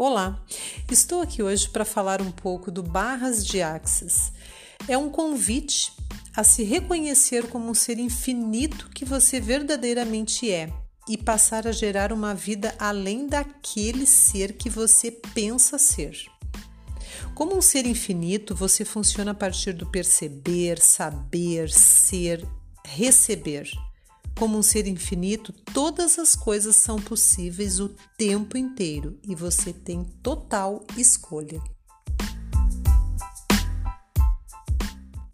Olá, estou aqui hoje para falar um pouco do Barras de Axis. É um convite a se reconhecer como um ser infinito que você verdadeiramente é e passar a gerar uma vida além daquele ser que você pensa ser. Como um ser infinito, você funciona a partir do perceber, saber, ser, receber. Como um ser infinito, todas as coisas são possíveis o tempo inteiro e você tem total escolha.